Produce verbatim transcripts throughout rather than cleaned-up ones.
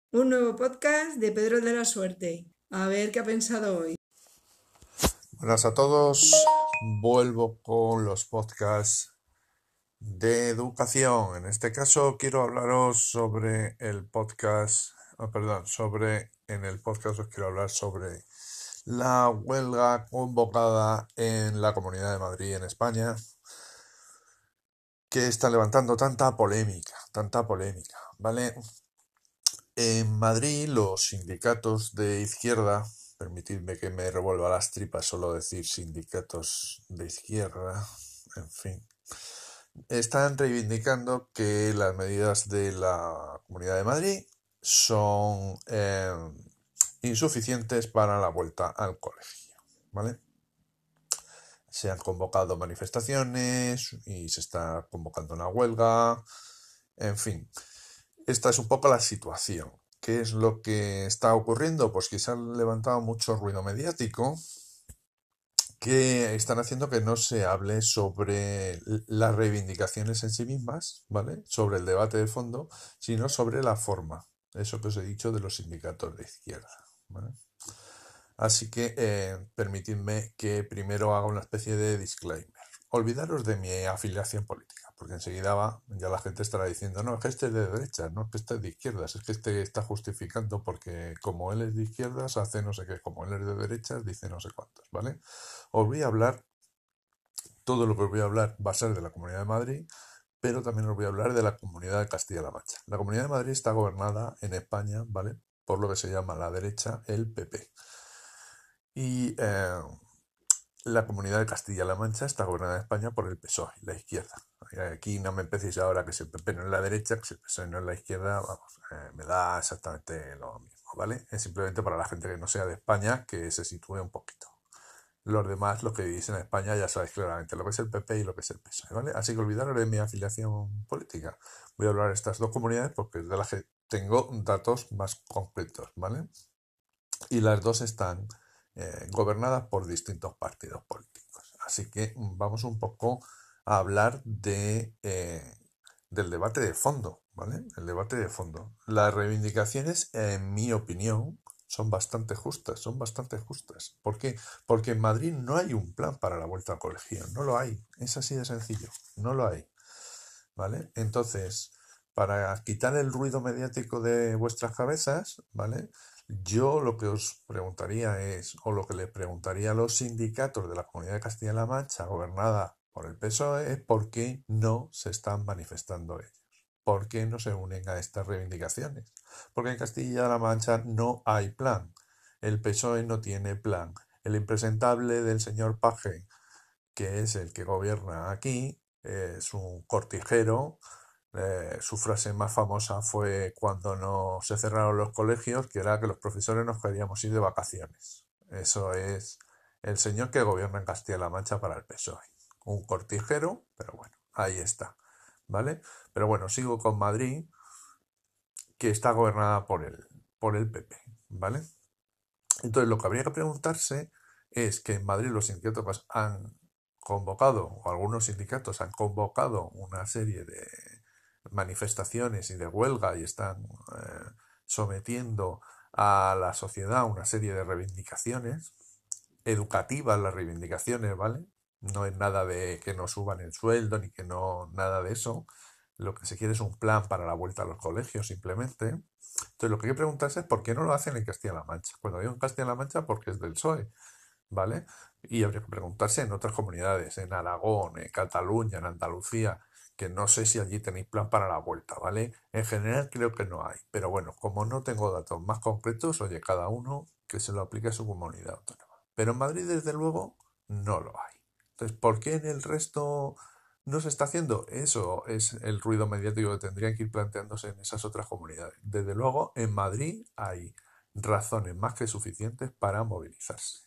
Un nuevo podcast de Pedro de la Suerte. A ver qué ha pensado hoy. Buenas a todos, vuelvo con los podcasts de educación. En este caso quiero hablaros sobre el podcast, oh, perdón, sobre, en el podcast os quiero hablar sobre la huelga convocada en la Comunidad de Madrid en España, que está levantando tanta polémica, tanta polémica, ¿vale? En Madrid los sindicatos de izquierda, permitidme que me revuelva las tripas solo decir sindicatos de izquierda, en fin, están reivindicando que las medidas de la Comunidad de Madrid son eh, insuficientes para la vuelta al colegio, ¿vale? Se han convocado manifestaciones y se está convocando una huelga, en fin. Esta es un poco la situación. ¿Qué es lo que está ocurriendo? Pues que se ha levantado mucho ruido mediático que están haciendo que no se hable sobre las reivindicaciones en sí mismas, ¿vale? Sobre el debate de fondo, sino sobre la forma. Eso que os he dicho de los sindicatos de izquierda, ¿vale? Así que eh, permitidme que primero haga una especie de disclaimer. Olvidaros de mi afiliación política, porque enseguida va, ya la gente estará diciendo, no, es que este es de derechas, no es que este es de izquierdas, es que este está justificando porque como él es de izquierdas hace no sé qué, como él es de derechas dice no sé cuántos, ¿vale? Os voy a hablar, todo lo que os voy a hablar va a ser de la Comunidad de Madrid, pero también os voy a hablar de la Comunidad de Castilla-La Mancha. La Comunidad de Madrid está gobernada en España, ¿vale? Por lo que se llama la derecha, el P P. Y eh, la Comunidad de Castilla-La Mancha está gobernada en España por el P S O E, la izquierda. Aquí no me empecéis ahora que si el P P no es la derecha, que si el P S O E no es la izquierda, vamos, eh, me da exactamente lo mismo, ¿vale? Es simplemente para la gente que no sea de España que se sitúe un poquito. Los demás, los que vivís en España, ya sabéis claramente lo que es el P P y lo que es el P S O E, ¿vale? Así que olvidaros de mi afiliación política. Voy a hablar de estas dos comunidades porque es de las que tengo datos más concretos, ¿vale? Y las dos están eh, gobernadas por distintos partidos políticos. Así que vamos un poco a hablar de, eh, del debate de fondo, ¿vale? El debate de fondo. Las reivindicaciones, en mi opinión, son bastante justas, son bastante justas. ¿Por qué? Porque en Madrid no hay un plan para la vuelta al colegio, no lo hay. Es así de sencillo, no lo hay, ¿vale? Entonces, para quitar el ruido mediático de vuestras cabezas, ¿vale? Yo lo que os preguntaría es, o lo que le preguntaría a los sindicatos de la Comunidad de Castilla-La Mancha, gobernada por el P S O E, es por qué no se están manifestando ellos. ¿Por qué no se unen a estas reivindicaciones? Porque en Castilla-La Mancha no hay plan. El P S O E no tiene plan. El impresentable del señor Paje, que es el que gobierna aquí, es un cortijero. Eh, su frase más famosa fue cuando no se cerraron los colegios, que era que los profesores nos queríamos ir de vacaciones. Eso es el señor que gobierna en Castilla-La Mancha para el P S O E. Un cortijero, pero bueno, ahí está, ¿vale? Pero bueno, sigo con Madrid, que está gobernada por el, por el P P, ¿vale? Entonces lo que habría que preguntarse es que en Madrid los sindicatos han convocado, o algunos sindicatos han convocado una serie de manifestaciones y de huelga y están eh, sometiendo a la sociedad una serie de reivindicaciones educativas, las reivindicaciones, ¿vale? No es nada de que no suban el sueldo ni que no, nada de eso. Lo que se quiere es un plan para la vuelta a los colegios, simplemente. Entonces, lo que hay que preguntarse es por qué no lo hacen en Castilla-La Mancha. Cuando digo en Castilla-La Mancha, porque es del P S O E, ¿vale? Y habría que preguntarse en otras comunidades, en Aragón, en Cataluña, en Andalucía, que no sé si allí tenéis plan para la vuelta, ¿vale? En general creo que no hay, pero bueno, como no tengo datos más concretos, oye, cada uno que se lo aplique a su comunidad autónoma. Pero en Madrid, desde luego, no lo hay. Entonces, ¿por qué en el resto no se está haciendo? Eso es el ruido mediático que tendrían que ir planteándose en esas otras comunidades. Desde luego, en Madrid hay razones más que suficientes para movilizarse.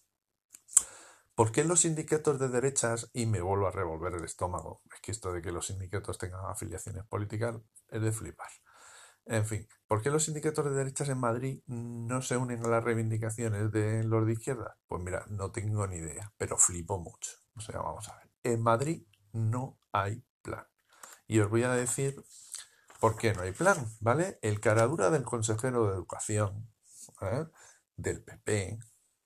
¿Por qué los sindicatos de derechas, y me vuelvo a revolver el estómago, es que esto de que los sindicatos tengan afiliaciones políticas es de flipar? En fin, ¿por qué los sindicatos de derechas en Madrid no se unen a las reivindicaciones de los de izquierda? Pues mira, no tengo ni idea, pero flipo mucho. O sea, vamos a ver. En Madrid no hay plan. Y os voy a decir ¿Por qué no hay plan? ¿Vale? El caradura del consejero de Educación, ¿eh? Del P P,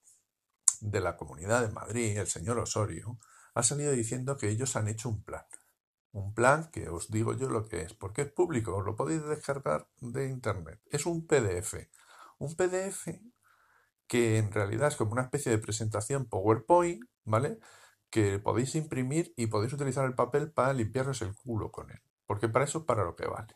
de la Comunidad de Madrid, el señor Osorio, ha salido diciendo que ellos han hecho un plan. Un plan que os digo yo lo que es, porque es público, os lo podéis descargar de internet. Es un P D F. Un P D F que en realidad es como una especie de presentación PowerPoint, ¿vale? Que podéis imprimir y podéis utilizar el papel para limpiaros el culo con él. Porque para eso es para lo que vale.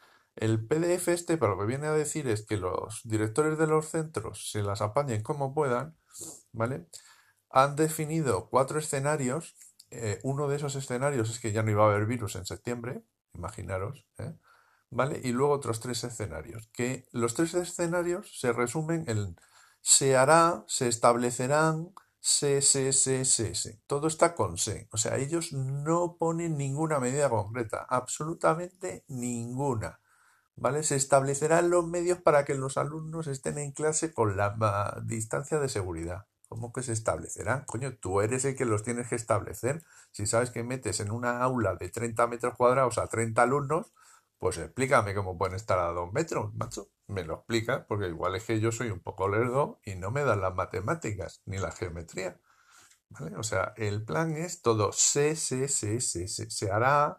El P D F este, para lo que viene a decir es que los directores de los centros se las apañen como puedan, ¿vale? Han definido cuatro escenarios. Eh, uno de esos escenarios es que ya no iba a haber virus en septiembre, imaginaros, ¿eh? ¿Vale? Y luego otros tres escenarios, que los tres escenarios se resumen en se hará, se establecerán, se, se, se, se, se. Todo está con se. O sea, ellos no ponen ninguna medida concreta, absolutamente ninguna. ¿Vale? Se establecerán los medios para que los alumnos estén en clase con la ma- distancia de seguridad. ¿Cómo que se establecerán? Coño, tú eres el que los tienes que establecer. Si sabes que metes en una aula de treinta metros cuadrados a treinta alumnos, pues explícame cómo pueden estar a dos metros, macho. Me lo explica, porque igual es que yo soy un poco lerdo y no me dan las matemáticas ni la geometría. ¿Vale? O sea, el plan es todo se, se, se, se, se, se hará,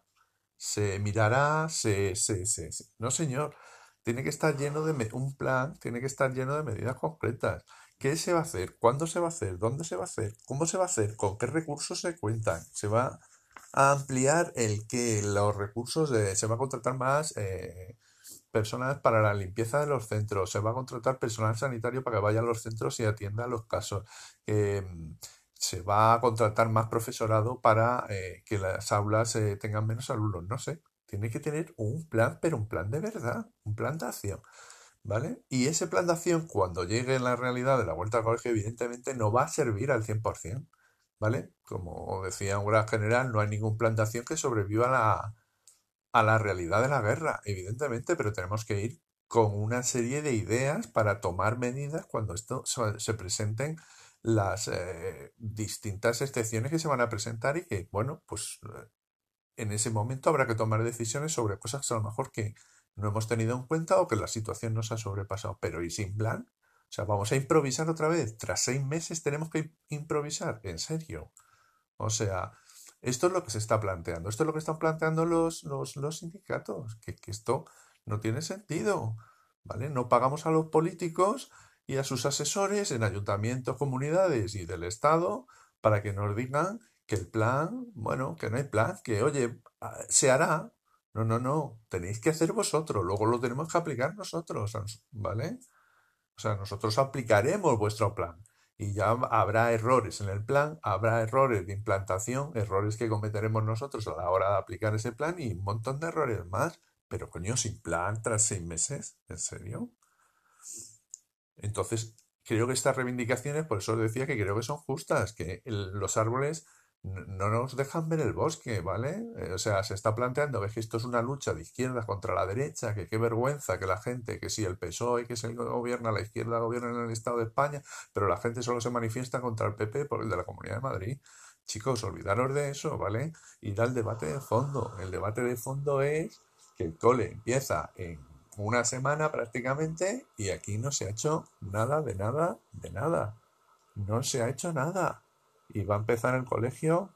se mirará, se, se, se, se. No, señor. Tiene que estar lleno de me- un plan, tiene que estar lleno de medidas concretas. ¿Qué se va a hacer? ¿Cuándo se va a hacer? ¿Dónde se va a hacer? ¿Cómo se va a hacer? ¿Con qué recursos se cuentan? ¿Se va a ampliar el que los recursos de, se va a contratar más eh, personas para la limpieza de los centros, se va a contratar personal sanitario para que vaya a los centros y atienda los casos. Eh, se va a contratar más profesorado para eh, que las aulas eh, tengan menos alumnos. No sé, tiene que tener un plan, pero un plan de verdad, un plan de acción, ¿vale? Y ese plan de acción, cuando llegue en la realidad de la vuelta al colegio, evidentemente no va a servir al cien por ciento, ¿vale? Como decía un gran general, no hay ningún plan de acción que sobreviva a la, a la realidad de la guerra, evidentemente, pero tenemos que ir con una serie de ideas para tomar medidas cuando esto se se presenten las eh, distintas excepciones que se van a presentar y que, bueno, pues eh, en ese momento habrá que tomar decisiones sobre cosas a lo mejor que no hemos tenido en cuenta o que la situación nos ha sobrepasado, pero y sin plan. O sea, vamos a improvisar otra vez. Tras seis meses tenemos que improvisar, en serio. O sea, esto es lo que se está planteando, esto es lo que están planteando los, los, los sindicatos, que, que esto no tiene sentido, ¿vale? No pagamos a los políticos y a sus asesores en ayuntamientos, comunidades y del Estado para que nos digan que el plan, bueno, que no hay plan, que oye, ah, se hará. No, no, no, tenéis que hacer vosotros, luego lo tenemos que aplicar nosotros, ¿vale? O sea, nosotros aplicaremos vuestro plan y ya habrá errores en el plan, habrá errores de implantación, errores que cometeremos nosotros a la hora de aplicar ese plan y un montón de errores más. Pero coño, sin plan tras seis meses, ¿en serio? Entonces, creo que estas reivindicaciones, por eso os decía que creo que son justas, que el- los árboles n- no nos dejan ver el bosque, ¿vale? Eh, o sea, se está planteando que esto es una lucha de izquierda contra la derecha, que qué vergüenza que la gente, que si el P S O E, que es el que gobierna, la izquierda gobierna en el Estado de España, pero la gente solo se manifiesta contra el P P por el de la Comunidad de Madrid. Chicos, olvidaros de eso, ¿vale? Ir al debate de fondo. El debate de fondo es que el cole empieza en una semana prácticamente y aquí no se ha hecho nada, de nada, de nada. No se ha hecho nada. Y va a empezar el colegio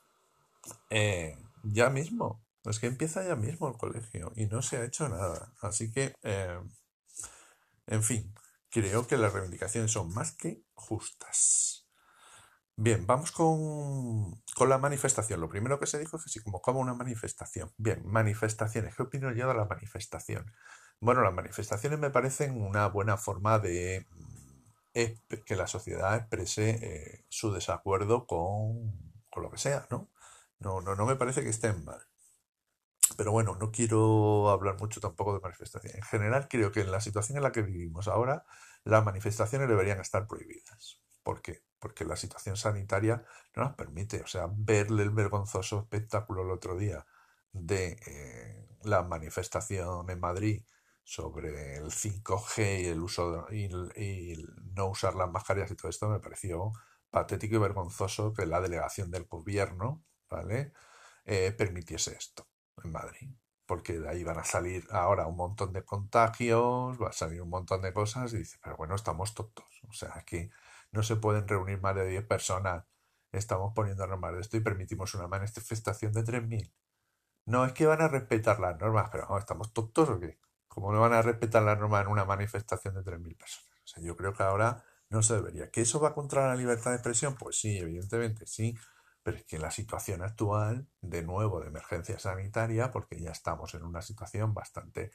eh, ya mismo. Es que empieza ya mismo el colegio y no se ha hecho nada. Así que, eh, en fin, creo que las reivindicaciones son más que justas. Bien, vamos con, con la manifestación. Lo primero que se dijo es que se convocaba una manifestación. Bien, manifestaciones. ¿Qué opino yo de la manifestación? Bueno, las manifestaciones me parecen una buena forma de mm, exp- que la sociedad exprese eh, su desacuerdo con, con lo que sea, ¿no? No, no, no me parece que estén mal. Pero bueno, no quiero hablar mucho tampoco de manifestaciones. En general, creo que en la situación en la que vivimos ahora, las manifestaciones deberían estar prohibidas. ¿Por qué? Porque la situación sanitaria no nos permite. O sea, verle el vergonzoso espectáculo el otro día de eh, la manifestación en Madrid sobre el cinco G y el uso de- y, el- y el no usar las mascarillas y todo esto me pareció patético y vergonzoso que la delegación del gobierno, ¿vale? eh, permitiese esto en Madrid. porque de ahí van a salir ahora un montón de contagios, va a salir un montón de cosas y dice, pero bueno, estamos tontos. O sea, que no se pueden reunir más de diez personas. Estamos poniendo normas de esto y permitimos una manifestación de tres mil. No, es que van a respetar las normas, pero vamos, ¿estamos tontos o qué? ¿Cómo no van a respetar las normas en una manifestación de tres mil personas? O sea, yo creo que ahora no se debería. ¿Que eso va contra la libertad de expresión? Pues sí, evidentemente sí. Pero es que la situación actual, de nuevo, de emergencia sanitaria, porque ya estamos en una situación bastante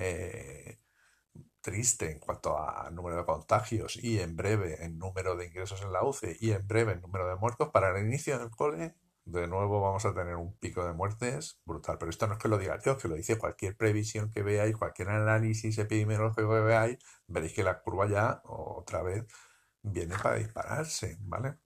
eh, triste en cuanto a número de contagios y en breve en número de ingresos en la U C I y en breve en número de muertos, para el inicio del cole, de nuevo vamos a tener un pico de muertes brutal. Pero esto no es que lo diga yo, es que lo dice cualquier previsión que veáis, cualquier análisis epidemiológico que veáis, veréis que la curva ya otra vez viene para dispararse, ¿vale?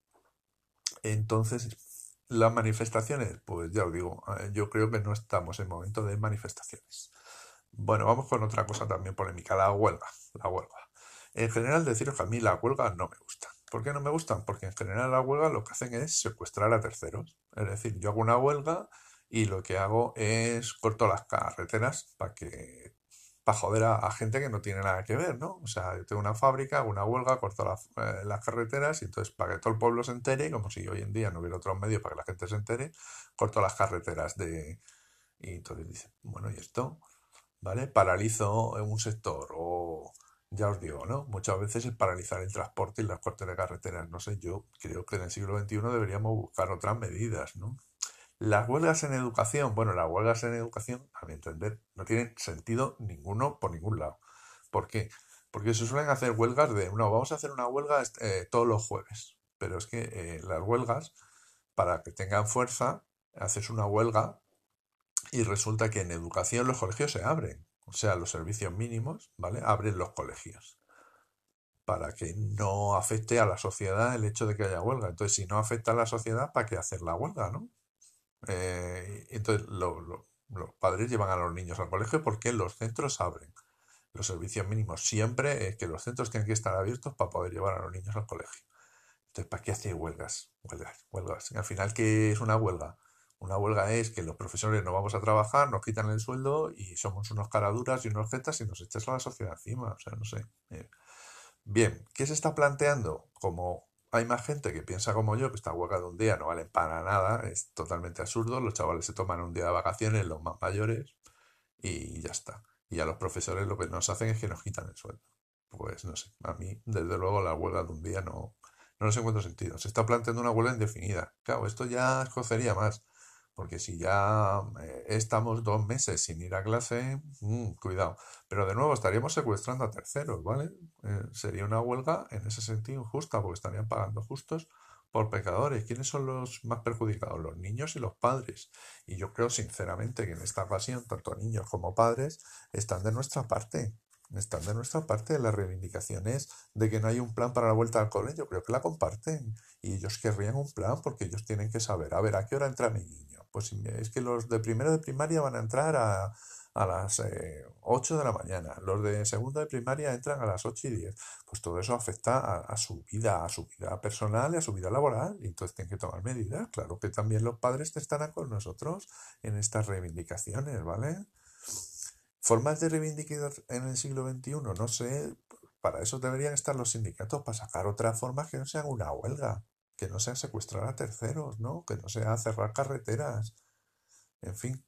Entonces, las manifestaciones, pues ya os digo, eh, yo creo que no estamos en momento de manifestaciones. Bueno, vamos con otra cosa también polémica, la huelga. La huelga. En general, deciros que a mí las huelgas no me gustan. ¿Por qué no me gustan? Porque en general las huelgas lo que hacen es secuestrar a terceros. Es decir, yo hago una huelga y lo que hago es corto las carreteras para que para joder a, a gente que no tiene nada que ver, ¿no? O sea, yo tengo una fábrica, hago una huelga, corto las, eh, las carreteras y entonces para que todo el pueblo se entere, como si hoy en día no hubiera otros medios para que la gente se entere, corto las carreteras de... Y entonces dice, bueno, ¿y esto? ¿Vale? Paralizo en un sector o ya os digo, ¿no? Muchas veces es paralizar el transporte y las cortes de carreteras. No sé, yo creo que en el siglo veintiuno deberíamos buscar otras medidas, ¿no? Las huelgas en educación, bueno, las huelgas en educación, a mi entender, no tienen sentido ninguno por ningún lado. ¿Por qué? Porque se suelen hacer huelgas de, no, vamos a hacer una huelga eh, todos los jueves. Pero es que eh, las huelgas, para que tengan fuerza, haces una huelga y resulta que en educación los colegios se abren. O sea, los servicios mínimos, ¿vale? Abren los colegios para que no afecte a la sociedad el hecho de que haya huelga. Entonces, si no afecta a la sociedad, ¿para qué hacer la huelga, no? Eh, entonces, lo- lo- los padres llevan a los niños al colegio porque los centros abren. Los servicios mínimos siempre es que los centros tienen que estar abiertos para poder llevar a los niños al colegio. Entonces, ¿para qué hace huelgas? Huelgas, huelgas. Al final, ¿qué es una huelga? Una huelga es que los profesores no vamos a trabajar, nos quitan el sueldo y somos unos caraduras y unos jetas y nos echas a la sociedad encima. O sea, no sé. Eh, Bien, ¿qué se está planteando? Como hay más gente que piensa como yo, que esta huelga de un día no vale para nada, es totalmente absurdo, los chavales se toman un día de vacaciones, los más mayores, y ya está. Y a los profesores lo que nos hacen es que nos quitan el sueldo. Pues no sé, a mí, desde luego, la huelga de un día no, no les encuentro sentido. Se está planteando una huelga indefinida. Claro, esto ya escocería más, porque si ya eh, estamos dos meses sin ir a clase, mm, cuidado. Pero de nuevo estaríamos secuestrando a terceros, ¿vale? Eh, sería una huelga en ese sentido injusta, porque estarían pagando justos por pecadores. ¿Quiénes son los más perjudicados? Los niños y los padres. Y yo creo sinceramente que en esta ocasión, tanto niños como padres están de nuestra parte. Están de nuestra parte las reivindicaciones de que no hay un plan para la vuelta al cole. Yo creo que la comparten. Y ellos querrían un plan porque ellos tienen que saber, a ver, ¿a qué hora entra mi niño? Pues si me- es que los de primero de primaria van a entrar a, a las eh, ocho de la mañana. Los de segundo de primaria entran a las ocho y diez. Pues todo eso afecta a, a su vida, a su vida personal y a su vida laboral. Y entonces tienen que tomar medidas. Claro que también los padres estarán con nosotros en estas reivindicaciones, ¿vale? Formas de reivindicar en el siglo veintiuno, no sé, para eso deberían estar los sindicatos, para sacar otras formas que no sean una huelga, que no sea secuestrar a terceros, ¿no? Que no sea cerrar carreteras, en fin.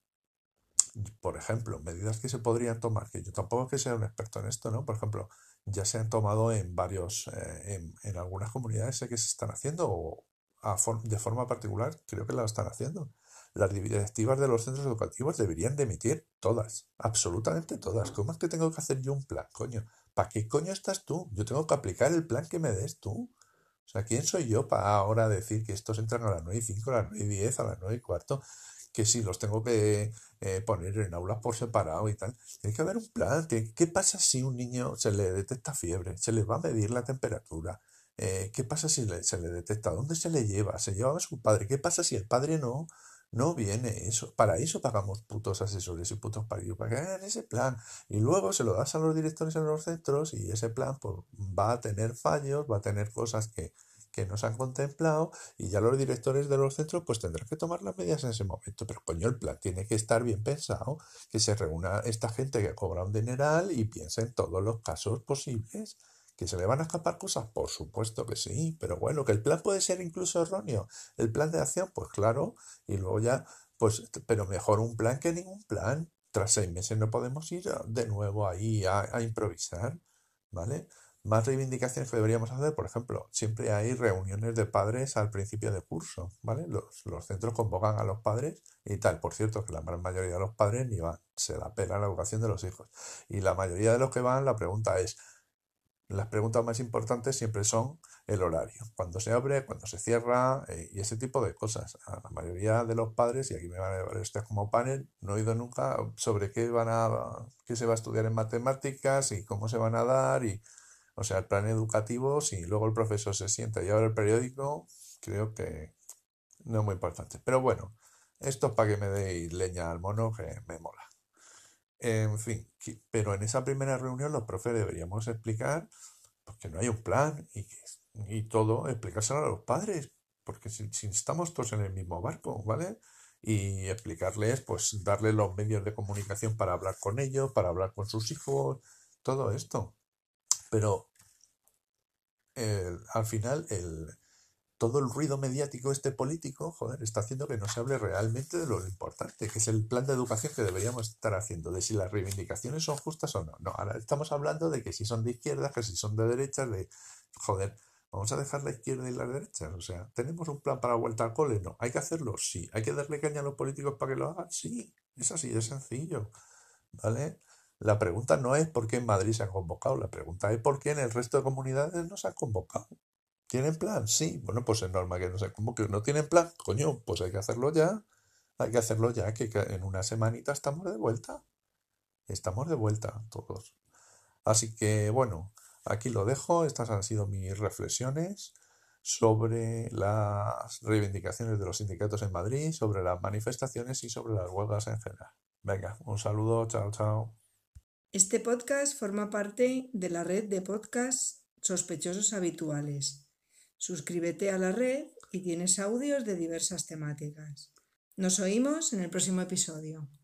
Por ejemplo, medidas que se podrían tomar, que yo tampoco es que sea un experto en esto, ¿no? Por ejemplo, ya se han tomado en varios, eh, en, en algunas comunidades sé que se están haciendo, o a for- de forma particular creo que lo están haciendo. Las directivas de los centros educativos deberían de emitir todas, absolutamente todas. ¿Cómo es que tengo que hacer yo un plan, coño? ¿Para qué coño estás tú? Yo tengo que aplicar el plan que me des tú. O sea, ¿quién soy yo para ahora decir que estos entran a las nueve y cinco, a las nueve y diez, a las nueve y cuarto? Que sí, los tengo que eh, poner en aulas por separado y tal. Tiene que haber un plan. tiene- ¿Qué pasa si un niño se le detecta fiebre? ¿Se le va a medir la temperatura? Eh, ¿qué pasa si le- se le detecta? ¿Dónde se le lleva? ¿Se lleva a su padre? ¿Qué pasa si el padre no, no viene? Eso, para eso pagamos putos asesores y putos paridos, para que hagan ese plan. Y luego se lo das a los directores en los centros y ese plan pues, va a tener fallos, va a tener cosas que, que no se han contemplado y ya los directores de los centros pues tendrán que tomar las medidas en ese momento. Pero coño, el plan tiene que estar bien pensado, que se reúna esta gente que cobra un dineral y piense en todos los casos posibles. ¿Que se le van a escapar cosas? Por supuesto que sí, pero bueno, que el plan puede ser incluso erróneo. El plan de acción, pues claro, y luego ya, pues, pero mejor un plan que ningún plan. Tras seis meses no podemos ir de nuevo ahí a, a improvisar, ¿vale? Más reivindicaciones que deberíamos hacer, por ejemplo, siempre hay reuniones de padres al principio de curso, ¿vale? Los, los centros convocan a los padres y tal. Por cierto, que la gran mayoría de los padres ni van, se la pela la educación de los hijos. Y la mayoría de los que van, la pregunta es, las preguntas más importantes siempre son el horario, cuándo se abre, cuándo se cierra eh, y ese tipo de cosas. A la mayoría de los padres, y aquí me van a llevar este como panel, no he oído nunca sobre qué van a, qué se va a estudiar en matemáticas y cómo se van a dar y, o sea, el plan educativo, si luego el profesor se sienta y abre el periódico, creo que no es muy importante. Pero bueno, esto es para que me deis leña al mono que me mola. En fin, que- pero en esa primera reunión los profes deberíamos explicar pues, que no hay un plan y, que, y todo, explicárselo a los padres, porque si, si estamos todos en el mismo barco, ¿vale? Y explicarles, pues darles los medios de comunicación para hablar con ellos, para hablar con sus hijos, todo esto. Pero el- al final el, todo el ruido mediático este político, joder, está haciendo que no se hable realmente de lo importante, que es el plan de educación que deberíamos estar haciendo, de si las reivindicaciones son justas o no. No, ahora estamos hablando de que si son de izquierdas, que si son de derechas, de, joder, vamos a dejar la izquierda y las derechas. O sea, ¿tenemos un plan para la vuelta al cole? No. ¿Hay que hacerlo? Sí. ¿Hay que darle caña a los políticos para que lo hagan? Sí. Es así de sencillo, ¿vale? La pregunta no es por qué en Madrid se han convocado, la pregunta es por qué en el resto de comunidades no se han convocado. ¿Tienen plan? Sí. Bueno, pues es normal que no sé cómo que no tienen plan. Coño, pues hay que hacerlo ya. Hay que hacerlo ya, que que en una semanita estamos de vuelta. Estamos de vuelta todos. Así que bueno, aquí lo dejo. Estas han sido mis reflexiones sobre las reivindicaciones de los sindicatos en Madrid, sobre las manifestaciones y sobre las huelgas en general. Venga, un saludo, chao, chao. Este podcast forma parte de la red de podcasts sospechosos habituales. Suscríbete a la red y tienes audios de diversas temáticas. Nos oímos en el próximo episodio.